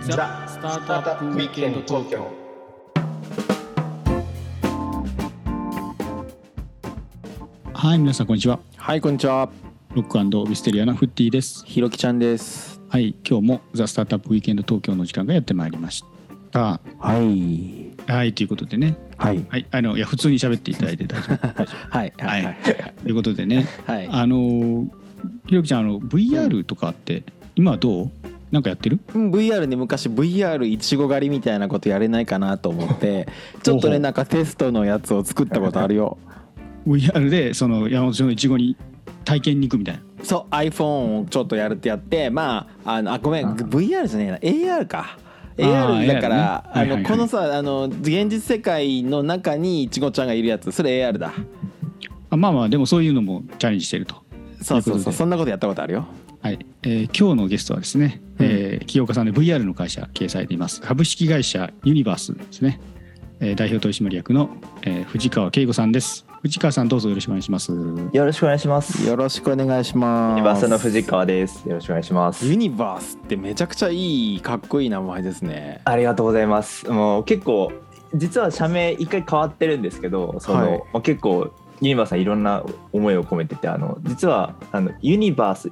ザ・スタートアップウィークエンド東京。 はい、皆さんこんにちは。 はい、こんにちは。 ロック&ウィステリアのフッティです。 ひろきちゃんです。 はい、今日もザ・スタートアップウィークエンド東京の時間がやってまいりました。 はいはい、ということでね、 はいはい、いや普通に喋っていただいて大丈夫はいはい、ということでね、 はい。 ひろきちゃんVR とかって今はどう？なんかやってる？ VR ね、昔 VR いちご狩りみたいなことやれないかなと思ってちょっとね、なんかテストのやつを作ったことあるよ。 VR でその山本町のいちごに体験に行くみたいな。 そう、 iPhone をちょっとやるってやって、まあごめん、VR じゃねえな、 AR か。 AR だから、 AR ね、はいはいはい、 このさ、現実世界の中にいちごちゃんがいるやつ、それ AR だ。 まあまあでもそういうのもチャレンジしてると。 そうそうそう、そんなことやったことあるよ。 はい、今日のゲストはですね、清岡さんで VR の会社掲載でいます株式会社ユニバースですね、代表取締役の、藤川圭吾さんです。藤川さん、どうぞよろしくお願いします。 よろしくお願いします。 よろしくお願いします。 ユニバースの藤川です。よろしくお願いします。 ユニバースってめちゃくちゃいい、かっこいい名前ですね。 ありがとうございます。もう結構実は社名一回変わってるんですけど、結構ユニバースはいろんな思いを込めてて、実はユニバース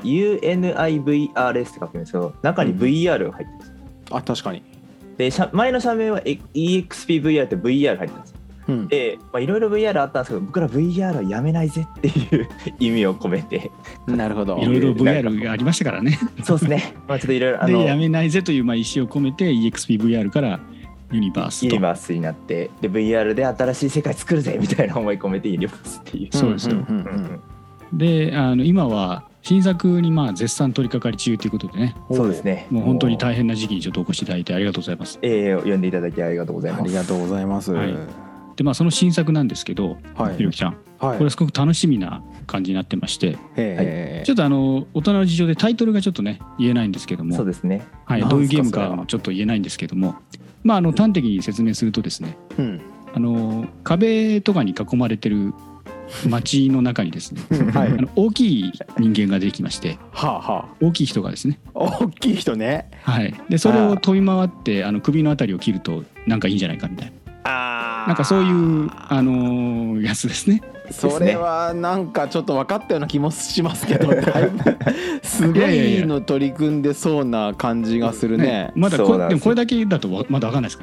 UNIVRS って書くんですけど、中に VR が入ってるんです。 あ、確かに。 で前の社名は EXPVR って VR 入ってたんです。で、いろいろ VR あったんですけど、僕ら VR はやめないぜっていう意味を込めて。 なるほど。 いろいろ VR がありましたからね。 そうですね。ちょっといろいろでやめないぜという意思を込めて EXPVR からユニバースとユニバースになって、で VR で新しい世界作るぜみたいな思い込めてユニバースっていう。 そうですよ。で今は新作に絶賛取り掛かり中ということでね。 そうですね。 もう本当に大変な時期にちょっとお越しいただいてありがとうございます。 呼んでいただきありがとうございます。 ありがとうございます。 はい、でその新作なんですけど、ひろきちゃん、これすごく楽しみな感じになってまして、ちょっと大人の事情でタイトルがちょっとね言えないんですけども、 そうですね。 はい、どういうゲームかもちょっと言えないんですけども、端的に説明するとですね、壁とかに囲まれてる街の中にですね、大きい人間ができまして、大きい人がですね、 大きい人ね、 はい、でそれを飛び回って首のあたりを切るとなんかいいんじゃないかみたいな、なんかそういうやつですね。 それはなんかちょっと分かったような気もしますけど、だいぶすごいの取り組んでそうな感じがするね。 まだでもこれだけだとまだ分かんないですから。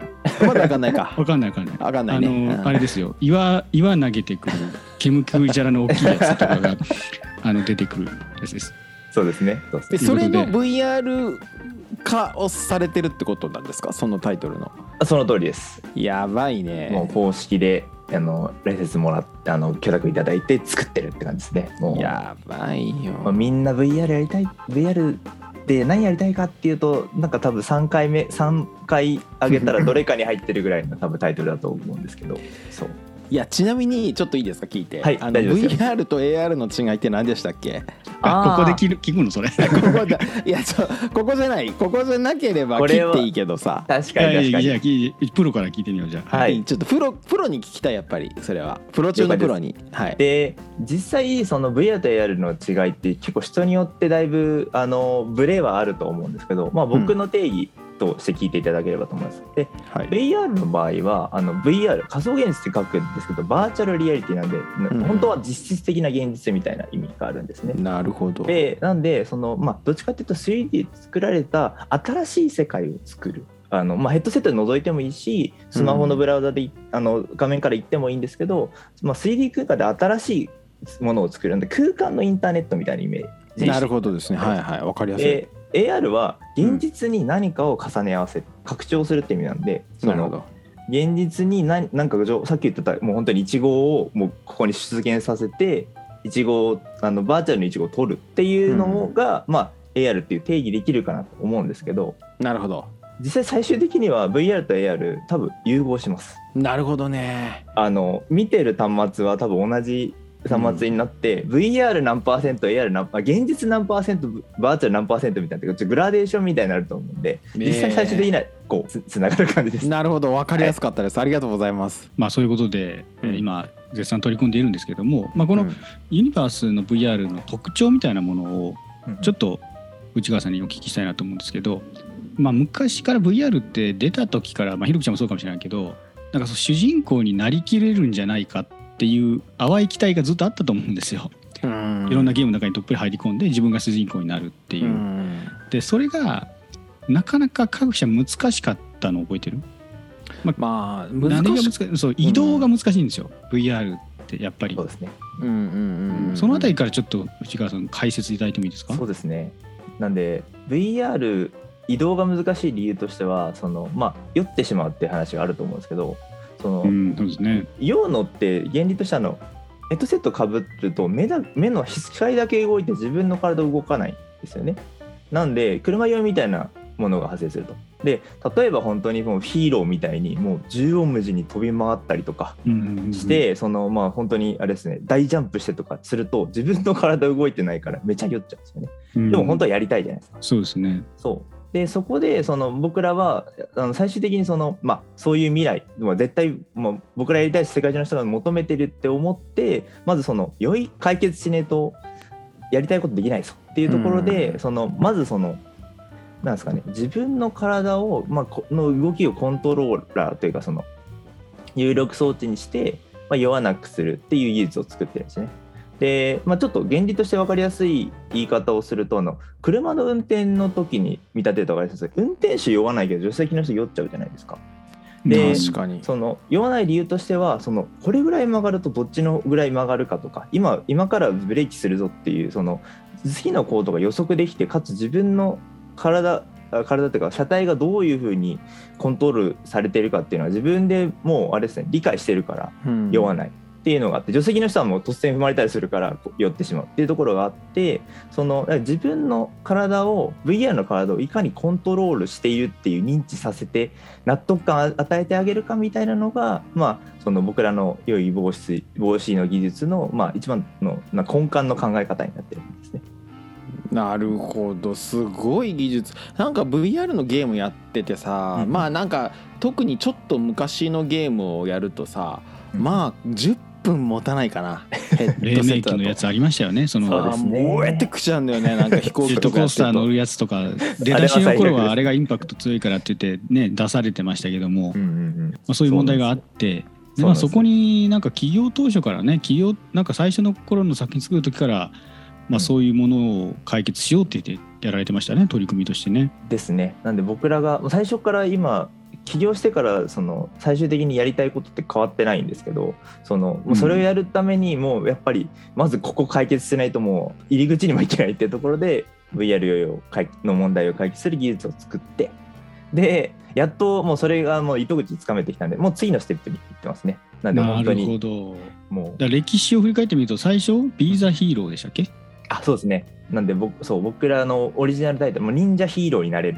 まだ分かんないか。 分かんないね。あれですよ、岩投げてくる煙くいじゃらの大きいやつとかが出てくるやつです。 そうですね。 それの VR 化をされてるってことなんですか、そのタイトルの。 その通りです。 やばいね。 もう公式でライセンスもらって許諾いただいて作ってるって感じですね。もうやばいよ。 みんな VR やりたい、 VR で何やりたいかっていうと、なんか多分3回上げたらどれかに入ってるぐらいの多分タイトルだと思うんですけど。そう。 いや、ちなみにちょっといいですか、聞いて。 はい、 VR と AR の違いって何でしたっけ？ ここで聞くのそれ。 いや、ここじゃない、ここじゃなければ切っていいけどさ。 確かに。 いや、プロから聞いてみようじゃあ。 はい、ちょっとプロに聞きたい、やっぱりそれはプロ中のプロに。はい。 で実際その VR と AR の違いって結構人によってだいぶブレはあると思うんですけど、僕の定義として聞いていただければと思います。で、VR の場合はVR 仮想現実って書くんですけど、バーチャルリアリティなんで、本当は実質的な現実みたいな意味があるんですね。 なるほど。 でなんでどっちかっていうと 3D で作られた新しい世界を作る。ヘッドセットで覗いてもいいし、スマホのブラウザで画面から行ってもいいんですけど、3D 空間で新しいものを作るんで、空間のインターネットみたいなイメージ。 なるほどですね。はいはい、わかりやすい。 AR は現実に何かを重ね合わせ、拡張するって意味なんで、 なるほど。 現実になんかさっき言ってたもう本当にイチゴをもうここに出現させて、イチゴをバーチャルのイチゴを取るっていうのが、AR っていう定義できるかなと思うんですけど。 なるほど。 実際最終的には VR と AR 多分融合します。 なるほどね。 見てる端末は多分同じ端末になって、VR 何%、AR 何%、現実何%、バーチャル何%みたいなグラデーションみたいになると思うんで、実際最終的にはこうつながる感じです。 なるほど、分かりやすかったです。ありがとうございます。 そういうことで、今絶賛取り組んでいるんですけども、このユニバースの VR の特徴みたいなものをちょっと内川さんにお聞きしたいなと思うんですけど、 まあ、昔から VR って出た時から、まあ、ひろきちゃんもそうかもしれないけど、なんかそう主人公になりきれるんじゃないかっていう淡い期待がずっとあったと思うんですよ。いろんなゲームの中にどっぷり入り込んで自分が主人公になるっていう。でそれがなかなか各社難しかったのを覚えてる？ まあ難しい。そう移動が難しいんですよ、VR ってやっぱり。 そうですね。 そのあたりからちょっと内川さん解説いただいてもいいですか？ そうですね。なんで VR 移動が難しい理由としてはまあ酔ってしまうっていう話があると思うんですけど、 そうですね。 酔うのって原理としてヘッドセットかぶると目の光だけ動いて自分の体動かないんですよね。なんで車酔いみたいなものが発生すると。で例えば本当にもうヒーローみたいにもう縦横無尽に飛び回ったりとかして、まあ本当にあれですね、大ジャンプしてとかすると自分の体動いてないからめちゃ酔っちゃうんですよね。でも本当はやりたいじゃないですか。 そうですね。 そうでそこで僕らは最終的にまあ、そういう未来絶対もう僕らやりたいし世界中の人が求めてるって思ってまず酔い解決しねえとやりたいことできないぞっていうところで、まずなんですかね、自分の体を、まあ、の動きをコントローラーというか入力装置にして、まあ、酔わなくするっていう技術を作ってるんですね。で、まあ、ちょっと原理として分かりやすい言い方をすると車の運転の時に見立てると分かりやすいです。運転手酔わないけど助手席の人酔っちゃうじゃないですか。で確かに酔わない理由としてはこれぐらい曲がるとどっちのぐらい曲がるかとか今からブレーキするぞっていう次の行動が予測できて、かつ自分の体っていうか車体がどういうふうにコントロールされているかっていうのは自分でもうあれですね、理解してるから酔わないっていうのがあって、助手席の人はもう突然踏まれたりするから酔ってしまうっていうところがあって、自分の体を VR の体をいかにコントロールしているっていう認知させて納得感を与えてあげるかみたいなのが、まあ、僕らの酔い防止の技術の、まあ、一番の根幹の考え方になってるんですね。 なるほど、すごい技術。なんか VR のゲームやっててさ、まあなんか特にちょっと昔のゲームをやるとさ、まあ10分持たないかな。 黎明期のやつありましたよね。 燃えてくちゃうんだよね。なんか飛行機とかジェットコースター乗るやつとか出だしの頃はあれがインパクト強いからって言ってね出されてましたけども、まあ、そういう問題があって、でまあそこになんか企業当初からね、なんか最初の頃の作品作る時からまあ、そういうものを解決しようって言ってやられてましたね、取り組みとしてね。 ですね。なんで僕らが最初から今起業してから最終的にやりたいことって変わってないんですけど、もうそれをやるためにもうやっぱりまずここ解決しないともう入り口にもいけないっていうところで VR 酔いの問題を解決する技術を作って、でやっともうそれがもう糸口つかめてきたんで、もう次のステップに行ってますね。なんで本当になるほど。 もうだ歴史を振り返ってみると最初ビーザヒーローでしたっけ？ そうですね。なんで僕らのオリジナルタイトルも忍者ヒーローになれる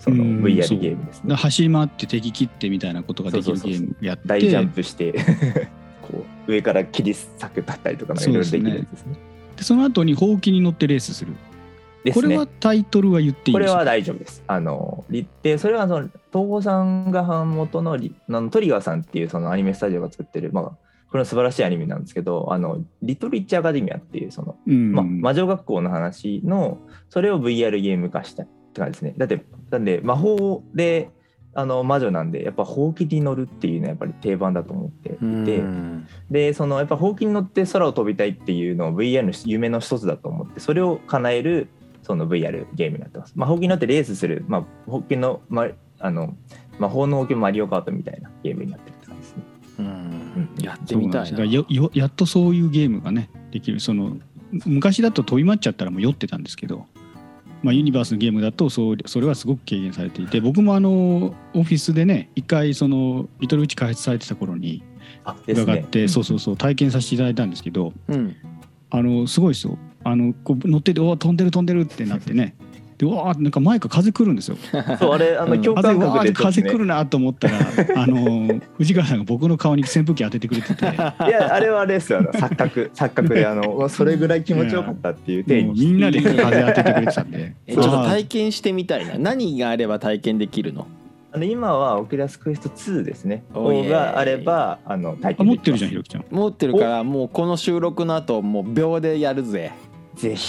VR ゲームですね。 走り回って敵切ってみたいなことができるゲームやって、 大ジャンプしてこう上から切り裂くだったりとかいろいろできるやつですね。 でその後にほうきに乗ってレースする。 ですね、 これはタイトルは言っていいですか？ これは大丈夫です。でそれは東宝さんが版元のトリガーさんっていうアニメスタジオが作ってる、まあこれは素晴らしいアニメなんですけど、リトルリッチアカデミアっていうまあ、魔女学校の話のそれを VR ゲーム化したって感じですね。なんで魔法で魔女なんでやっぱほうきに乗るっていうのはやっぱり定番だと思っていて、でやっぱほうきに乗って空を飛びたいっていうのを VR の夢の一つだと思って、それを叶えるVR ゲームになってます。まあ、ほうきに乗ってレースする、まあ、ほうきの、魔法のほうきマリオカートみたいなゲームになってるって感じですね。 やってみたいな。 やっとそういうゲームがねできる。昔だと飛び回っちゃったらもう酔ってたんですけど、まあ、ユニバースのゲームだとそれはすごく軽減されていて、僕もオフィスでね一回リトルウィッチ開発されてた頃に伺って、そう体験させていただいたんですけど、すごいですよ。こう乗ってて飛んでるってなってねでわーなんか前から風来るんですよ。 そうあれ共感覚で、 風来るなと思ったら藤川さんが僕の顔に扇風機当ててくれてていやあれはあれですよ、錯覚でそれぐらい気持ちよかったっていう体にみんなで風当ててくれてたんでちょっと体験してみたいな。何があれば体験できるの？ 今はオキュラスクエスト2ですねがあれば体験持ってるじゃんひろきちゃん。 持ってるからもうこの収録の後もう秒でやるぜ。 ぜひ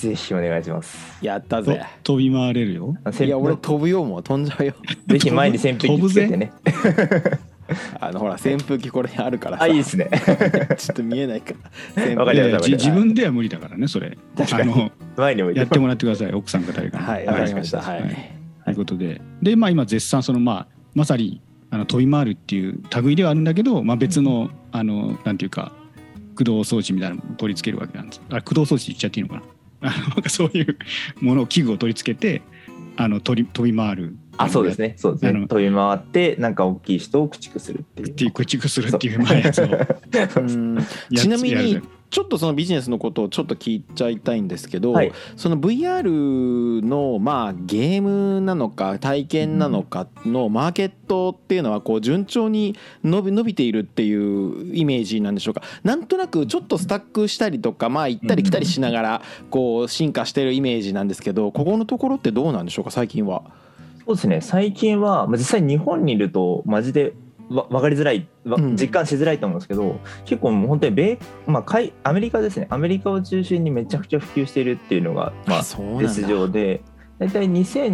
ぜひお願いします。 やったぜ。 飛び回れるよ。 いや俺飛ぶよ、もう飛んじゃうよ。 ぜひ前に扇風機つけてね。 ほら扇風機これにあるからさ。 あ、いいですね。 ちょっと見えないからわかりました。 自分では無理だからね、それ。 前に置いてやってもらってください、奥さんか誰かに。 はい、わかりました。はい。 ということで、今絶賛そのまさに飛び回るっていう類ではあるんだけど、別のなんていうか駆動装置みたいなのを取り付けるわけなんです。駆動装置って言っちゃっていいのかな。なんかそういうものを器具を取り付けて飛び回る。 そうですね。そうですね。飛び回ってなんか大きい人を駆逐するっていう。 駆逐するっていうやつを。 ちなみにちょっとそのビジネスのことをちょっと聞いちゃいたいんですけど、その VR のゲームなのか体験なのかのマーケットっていうのはこう順調に伸びているっていうイメージなんでしょうか。なんとなくちょっとスタックしたりとか行ったり来たりしながらこう進化してるイメージなんですけど、ここのところってどうなんでしょうか最近は。 そうですね、最近は実際日本にいるとマジで分かりづらい、実感しづらいと思うんですけど、結構もう本当にアメリカですね、アメリカを中心にめちゃくちゃ普及しているっていうのが実情で、だいたい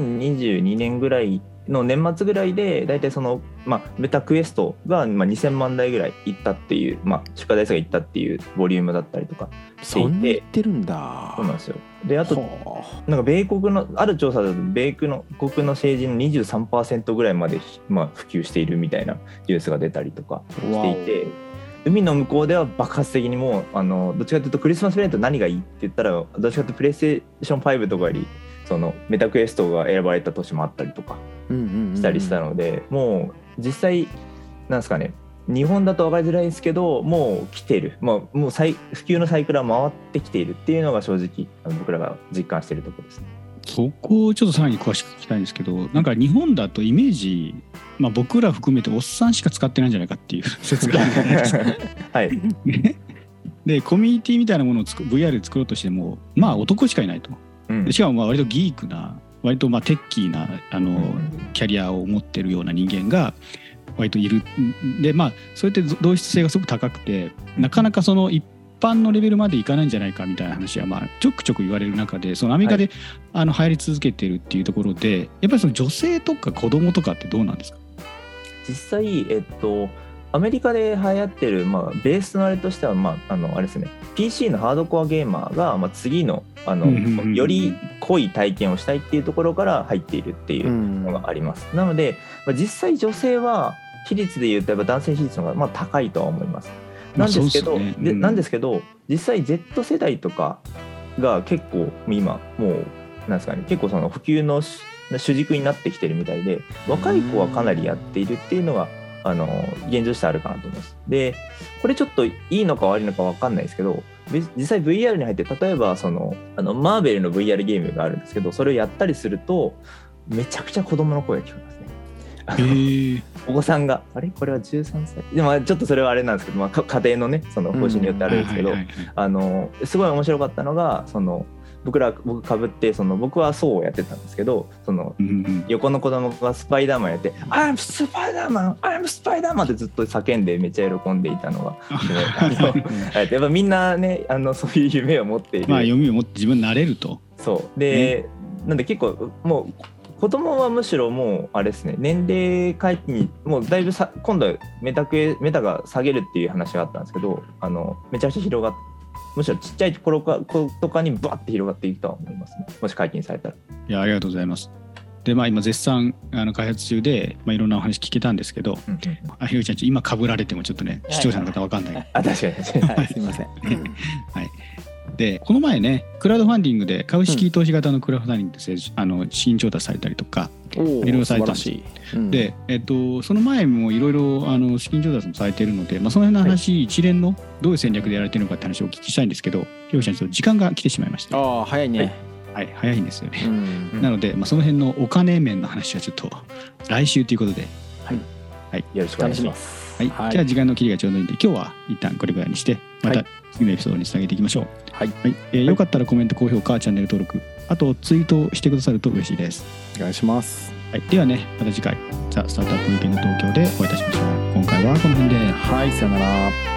2022年ぐらいの年末ぐらいでだいたいその、メタクエストが2000万台ぐらいいったっていう、出荷台数がいったっていうボリュームだったりとかしていて。 そんな言ってるんだ。 そうなんですよ。であとなんか米国のある調査だと米国の成人の 23% ぐらいまで、普及しているみたいなニュースが出たりとかしていて、海の向こうでは爆発的にもうどっちかというとクリスマスイベント何がいいって言ったら、どっちかというとプレイステーション5とかよりそのメタクエストが選ばれた年もあったりとかしたりしたので、もう実際なんですかね、日本だと分かりづらいですけど、もう来てる、もう普及のサイクルは回ってきているっていうのが正直僕らが実感しているところですね。 そこをちょっとさらに詳しく聞きたいんですけど、なんか日本だとイメージ、僕ら含めておっさんしか使ってないんじゃないかっていう説があるじゃないですか。はい。でコミュニティみたいなものをVR 作ろうとしても男しかいないと。しかも割とギークな、割とテッキーなキャリアを持ってるような人間が割といる。でそうやって同質性がすごく高くて、なかなかその一般のレベルまでいかないんじゃないかみたいな話はちょくちょく言われる中で、そのアメリカで流行り続けてるっていうところで、やっぱりその女性とか子供とかってどうなんですか？ 実際アメリカで流行ってる、ベースのあれとしては、あれですね、PC のハードコアゲーマーが、次の、より濃い体験をしたいっていうところから入っているっていうのがあります。なので、実際女性は比率でいうとやっぱ男性比率の方が高いとは思います。なんですけど、実際 Z 世代とかが結構今もうなんですかね、結構その普及の主軸になってきてるみたいで、若い子はかなりやっているっていうのが現状としてあるかなと思います。でこれちょっといいのか悪いのか分かんないですけど、実際 VR に入って例えばマーベルの VR ゲームがあるんですけど、それをやったりするとめちゃくちゃ子供の声が聞こえますね。お子さんがこれは13歳でもちょっとそれはあれなんですけど、家庭のねその方針によってあるんですけど、すごい面白かったのが僕かぶって僕はそうをやってたんですけど、横の子供がスパイダーマンやって「I'm スパイダーマン I'm スパイダーマン」ってずっと叫んでめっちゃ喜んでいたのがやっぱみんなねそういう夢を持っている、 夢を持って自分になれると。 そうで、なんで結構もう子供はむしろもうあれですね、年齢回帰にもうだいぶ今度メタが下げるっていう話があったんですけど、めちゃくちゃ広がって、むしろちっちゃい子とかにバッて広がっていくとは思いますね、もし解禁されたら。 いや、ありがとうございます。で今絶賛開発中で、いろんなお話聞けたんですけど、ひろきちゃん今被られてもちょっとね、視聴者の方分かんない。 確かにすいません。 はい。でこの前ね、クラウドファンディングで株式投資型のクラウドファンディングで資金調達されたりとかいろいろされたんです。で、その前もいろいろ資金調達もされているので、その辺の話、一連のどういう戦略でやられているのかって話をお聞きしたいんですけど、ひろきちゃんちょっと時間が来てしまいました。 早いね。 はい、早いんですよね。なので、その辺のお金面の話はちょっと来週ということで、 よろしくお願いします。 じゃあ時間の切りがちょうどいいんで、今日は一旦これぐらいにして、また次のエピソードにつなげていきましょう。よかったらコメント、高評価、チャンネル登録、あとツイートしてくださると嬉しいです。 お願いします。 ではね、また次回ザ・スタートアップウィーケンド東京でお会いいたしましょう。今回はこの辺で。 さよなら。